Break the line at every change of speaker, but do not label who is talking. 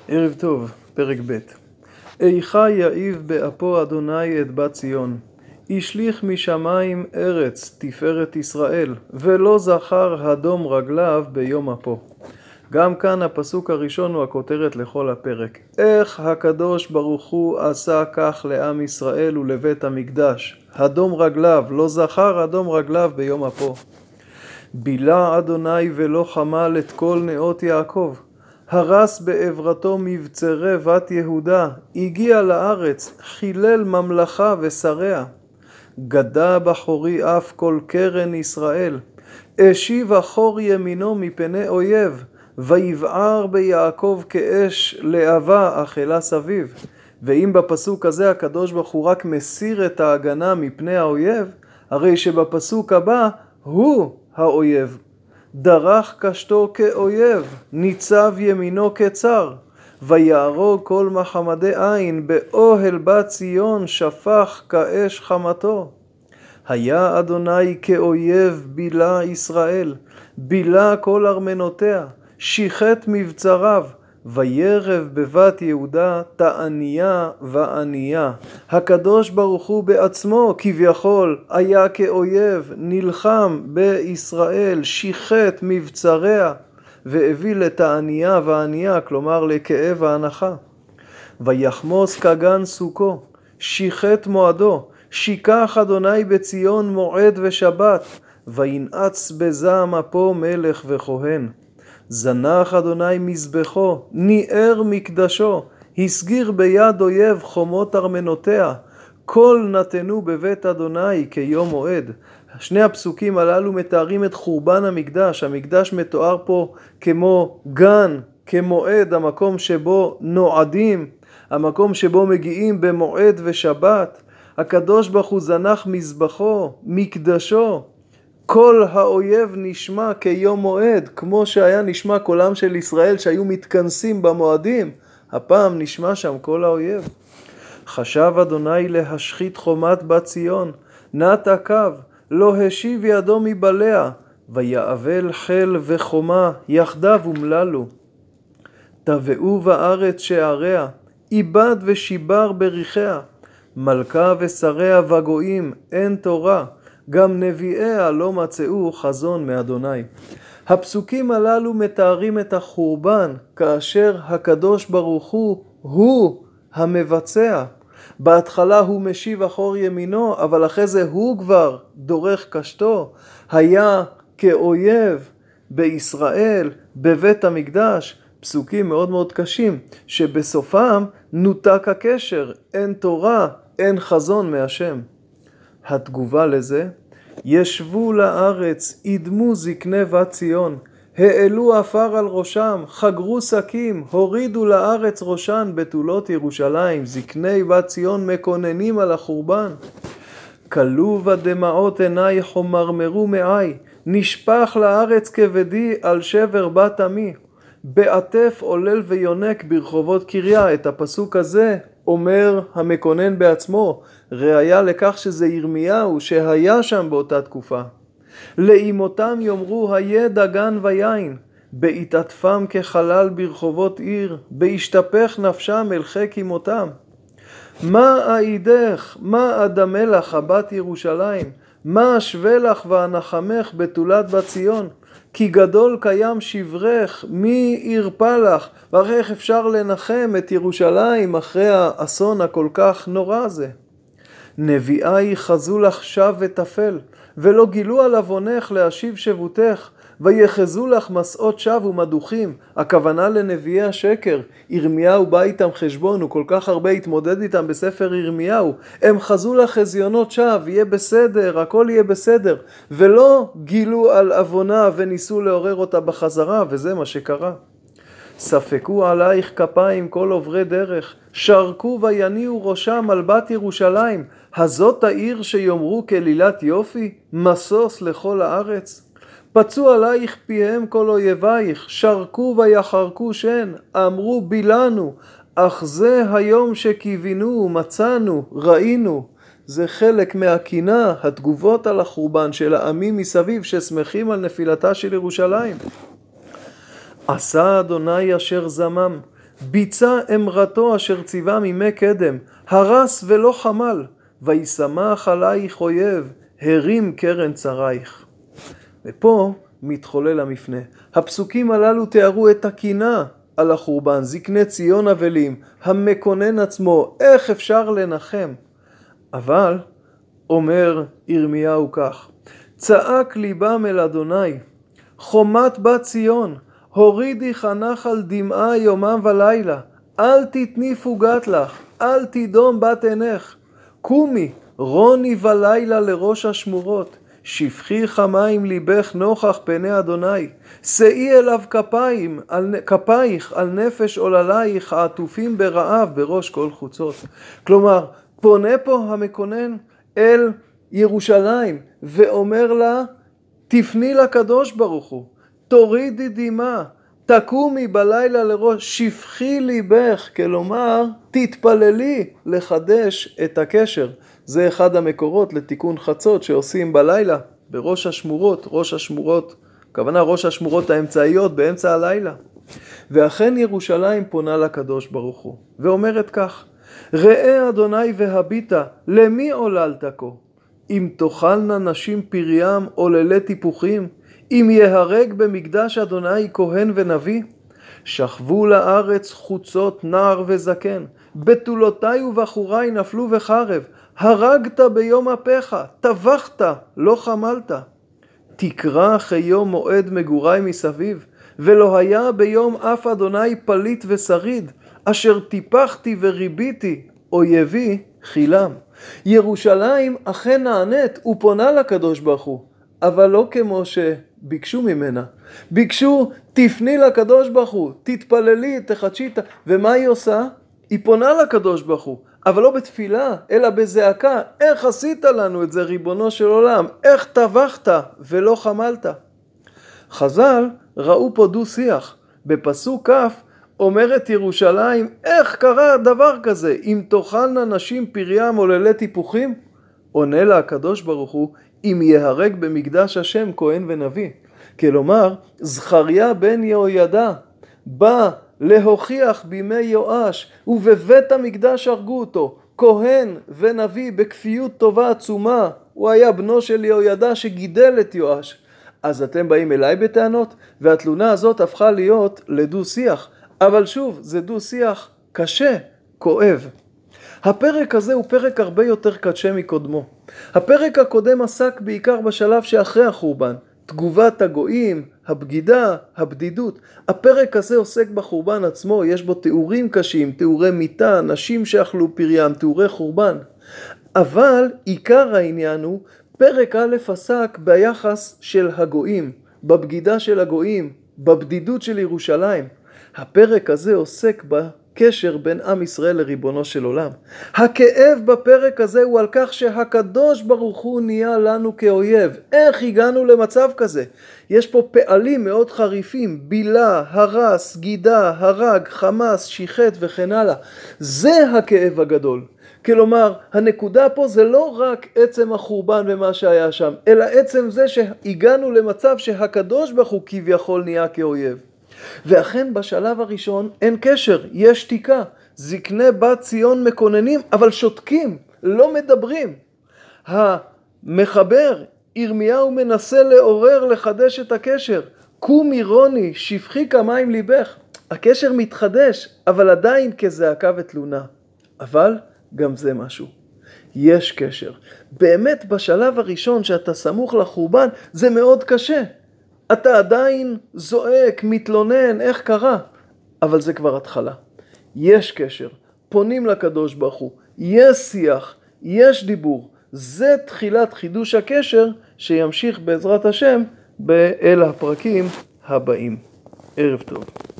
ערב טוב, פרק ב'. איכה יאיב באפו אדוני את בת ציון. השליך משמיים ארץ תפארת ישראל, ולא זכר הדום רגליו ביום אפו. גם כאן הפסוק הראשון הוא הכותרת לכל הפרק. איך הקדוש ברוך הוא עשה כך לעם ישראל ולבית המקדש. הדום רגליו, לא זכר הדום רגליו ביום אפו. בילה אדוני ולא חמל את כל נאות יעקב. הרס בעברתו מבצרי בת יהודה, הגיע לארץ, חילל ממלכה ושריה. גדע בחורי אף כל קרן ישראל, השיב אחור ימינו מפני אויב, ויבער ביעקב כאש להבה אכלה סביב. ואם בפסוק הזה הקדוש ברוך הוא רק מסיר את ההגנה מפני האויב, הרי שבפסוק הבא הוא האויב. דרך קשתו כאויב, ניצב ימינו כצר, ויהרוג כל מחמדי עין, באוהל בת ציון שפך כאש חמתו. היה אדוני כאויב בילה ישראל, בילה כל ארמנותיה, שיחת מבצריו, וירב בבת יהודה תעניה ועניה. הקדוש ברוך הוא בעצמו כביכול היה כאויב, נלחם בישראל, שיחת מבצריה, והביא לתעניה ועניה, כלומר לכאב ההנחה. ויחמוס כגן סוכו, שיחת מועדו, שיקח אדוני בציון מועד ושבת, וינעץ בזעם אפו מלך וכהן. זנח אדוני מזבחו, ניער מקדשו, הסגיר ביד אויב חומות ארמנותיה, כל נתנו בבית אדוני כיום מועד. שני הפסוקים הללו מתארים את חורבן המקדש. המקדש מתואר פה כמו גן, כמועד, המקום שבו נועדים, המקום שבו מגיעים במועד ושבת. הקדוש ברוך הוא זנח מזבחו, מקדשו. כל האויב נשמע כיום מועד, כמו שהיה נשמע קולם של ישראל שהיו מתכנסים במועדים, הפעם נשמע שם כל האויב. חשב אדוני להשחית חומת בת ציון, נט עקב, לא השיב ידו מבליה, ויעבל חיל וחומה יחדיו ומללו. תבעו בארץ שעריה, איבד ושיבר בריחיה, מלכה ושריה וגויים, אין תורה, גם נביאיה לא מצאו חזון מאדוני. הפסוקים הללו מתארים את החורבן כאשר הקדוש ברוך הוא המבצע. בהתחלה הוא משיב אחור ימינו, אבל אחרי זה הוא כבר דורך קשתו. היה כאויב בישראל, בבית המקדש. פסוקים מאוד מאוד קשים, שבסופם נותק הקשר, אין תורה, אין חזון מהשם. התגובה לזה, ישבו לארץ, ידמו זקני בת ציון, העלו עפר על ראשם, חגרו שקים, הורידו לארץ ראשן בתולות ירושלים. זקני בת ציון מקוננים על החורבן. כלו בדמעות עיני חומרמרו מעי, נשפך לארץ כבדי על שבר בת עמי. בעטף עולל ויונק ברחובות קריה. את הפסוק הזה אומר המקונן בעצמו, ראיה לכך שזה ירמיהו שהיה שם באותה תקופה. לאמותם יאמרו היה דגן ויין, בהתעטפם כחלל ברחובות עיר, בהשתפך נפשם אל חיק אמותם. מה אעידך, מה אדמה לך בת ירושלים, מה אשווה לך ואנחמך בתולת בת ציון? כי גדול קיים שברך, מי ירפא לך? ואחרי איך אפשר לנחם את ירושלים אחרי האסון הכל כך נורא הזה? נביאי חזו לך שב ותפל, ולא גילו על עוונך להשיב שבותך, ויחזו לך מסעות שב ומדוכים. הכוונה לנביאי השקר. ירמיהו בא איתם חשבון, הוא כל כך הרבה התמודד איתם בספר ירמיהו. הם חזו לך חזיונות שב, יהיה בסדר, הכל יהיה בסדר. ולא גילו על עוונה וניסו לעורר אותה בחזרה, וזה מה שקרה. ספקו עלייך כפיים כל עוברי דרך, שרקו ויניעו ראשם על בת ירושלים. הזאת העיר שיאמרו כלילת יופי, מסוס לכל הארץ? פצו עלייך פיהם כל אויבייך, שרקו ויחרקו שן, אמרו בילנו, אך זה היום שקיווינו, מצאנו, ראינו. זה חלק מהקינה, התגובות על החורבן של העמים מסביב ששמחים על נפילתה של ירושלים. עשה אדוני אשר זמם, ביצע אמרתו אשר ציווה מימי קדם, הרס ולא חמל, וישמח עלייך אויב, הרים קרן צריך. ופה מתחולל המפנה. הפסוקים הללו תיארו את הקינה על החורבן, זקני ציון אבלים, המקונן עצמו, איך אפשר לנחם? אבל אומר ירמיהו כך, צעק ליבם אל אדוני, חומת בת ציון, הורידי חנך על דמעה יומם ולילה, אל תתני פוגת לך, אל תדום בת עינך, קומי, רוני ולילה לראש השמורות, שפכי חמים ליבך נוכח פני אדוני, שאי אליו כפייך על נפש עוללייך העטופים ברעב בראש כל חוצות. כלומר, פונה פה המקונן אל ירושלים ואומר לה, תפני לקדוש ברוך הוא, תורידי דמעה, תקומי בלילה לראש, שפכי ליבך, כלומר, תתפללי לחדש את הקשר. זה אחד המקורות לתיקון חצות שעושים בלילה, בראש השמורות, ראש השמורות, הכוונה ראש השמורות האמצעיות באמצע הלילה. ואכן ירושלים פונה לקדוש ברוך הוא, ואומרת כך, ראה אדוני והביטה, למי עוללת כה? אם תאכלנה נשים פריים עוללי טיפוחים, אם יהרג במקדש אדוני כהן ונביא, שכבו לארץ חוצות נער וזקן, בתולותיי ובחוריי נפלו בחרב, הרגת ביום אפיך, טבחת, לא חמלת. תקרא אחרי יום מועד מגורי מסביב, ולא היה ביום אף אדוני פליט ושריד, אשר טיפחתי וריביתי, אויבי חילם. ירושלים אכן נענית ופונה לקדוש ברוך הוא, אבל לא כמו שביקשו ממנה. ביקשו, תפני לקדוש ברוך הוא, תתפללי, תחדשי, ומה היא עושה? היא פונה לקדוש ברוך הוא, אבל לא בתפילה, אלא בזעקה. איך עשית לנו את זה, ריבונו של עולם? איך טבחת ולא חמלת? חז"ל ראו פה דו שיח. בפסוק כ' אומרת ירושלים, איך קרה דבר כזה? אם תאכלנה נשים פריים עוללי טיפוחים? עונה לה הקדוש ברוך הוא, אם יהרג במקדש השם כהן ונביא. כלומר, זכריה בן יהוידע בא להוכיח בימי יואש, ובבית המקדש הרגו אותו, כהן ונביא בכפיות טובה עצומה, הוא היה בנו של יהוידע שגידל את יואש. אז אתם באים אליי בטענות, והתלונה הזאת הפכה להיות לדו שיח. אבל שוב, זה דו שיח קשה, כואב. הפרק הזה הוא פרק הרבה יותר קשה מקודמו. הפרק הקודם עסק בעיקר בשלב שאחרי החורבן, תגובת הגויים, הבגידה, הבדידות. הפרק הזה עוסק בחורבן עצמו, יש בו תיאורים קשים, תיאורי מיטה, נשים שאכלו פריים, תיאורי חורבן. אבל עיקר העניין הוא, פרק א' עסק ביחס של הגויים, בבגידה של הגויים, בבדידות של ירושלים. הפרק הזה עוסק בקשר בין עם ישראל לריבונו של עולם. הכאב בפרק הזה הוא על כך שהקדוש ברוך הוא נהיה לנו כאויב. איך הגענו למצב כזה? יש פה פעלים מאוד חריפים, בילה, הרס, גידה, הרג, חמאס, שיחת וכן הלאה. זה הכאב הגדול. כלומר, הנקודה פה זה לא רק עצם החורבן ומה שהיה שם, אלא עצם זה שהגענו למצב שהקדוש ברוך הוא כביכול נהיה כאויב. ואכן בשלב הראשון אין קשר, יש שתיקה. זקני בת ציון מקוננים, אבל שותקים, לא מדברים. המחבר, ירמיהו מנסה לעורר, לחדש את הקשר. קומי רוני, שפכי כמים ליבך. הקשר מתחדש, אבל עדיין כזעקה ותלונה. אבל גם זה משהו. יש קשר. באמת בשלב הראשון שאתה סמוך לחורבן, זה מאוד קשה. אתה עדיין זועק, מתלונן, איך קרה? אבל זה כבר התחלה. יש קשר, פונים לקדוש ברוך הוא, יש שיח, יש דיבור. זה תחילת חידוש הקשר שימשיך בעזרת השם אל הפרקים הבאים. ערב טוב.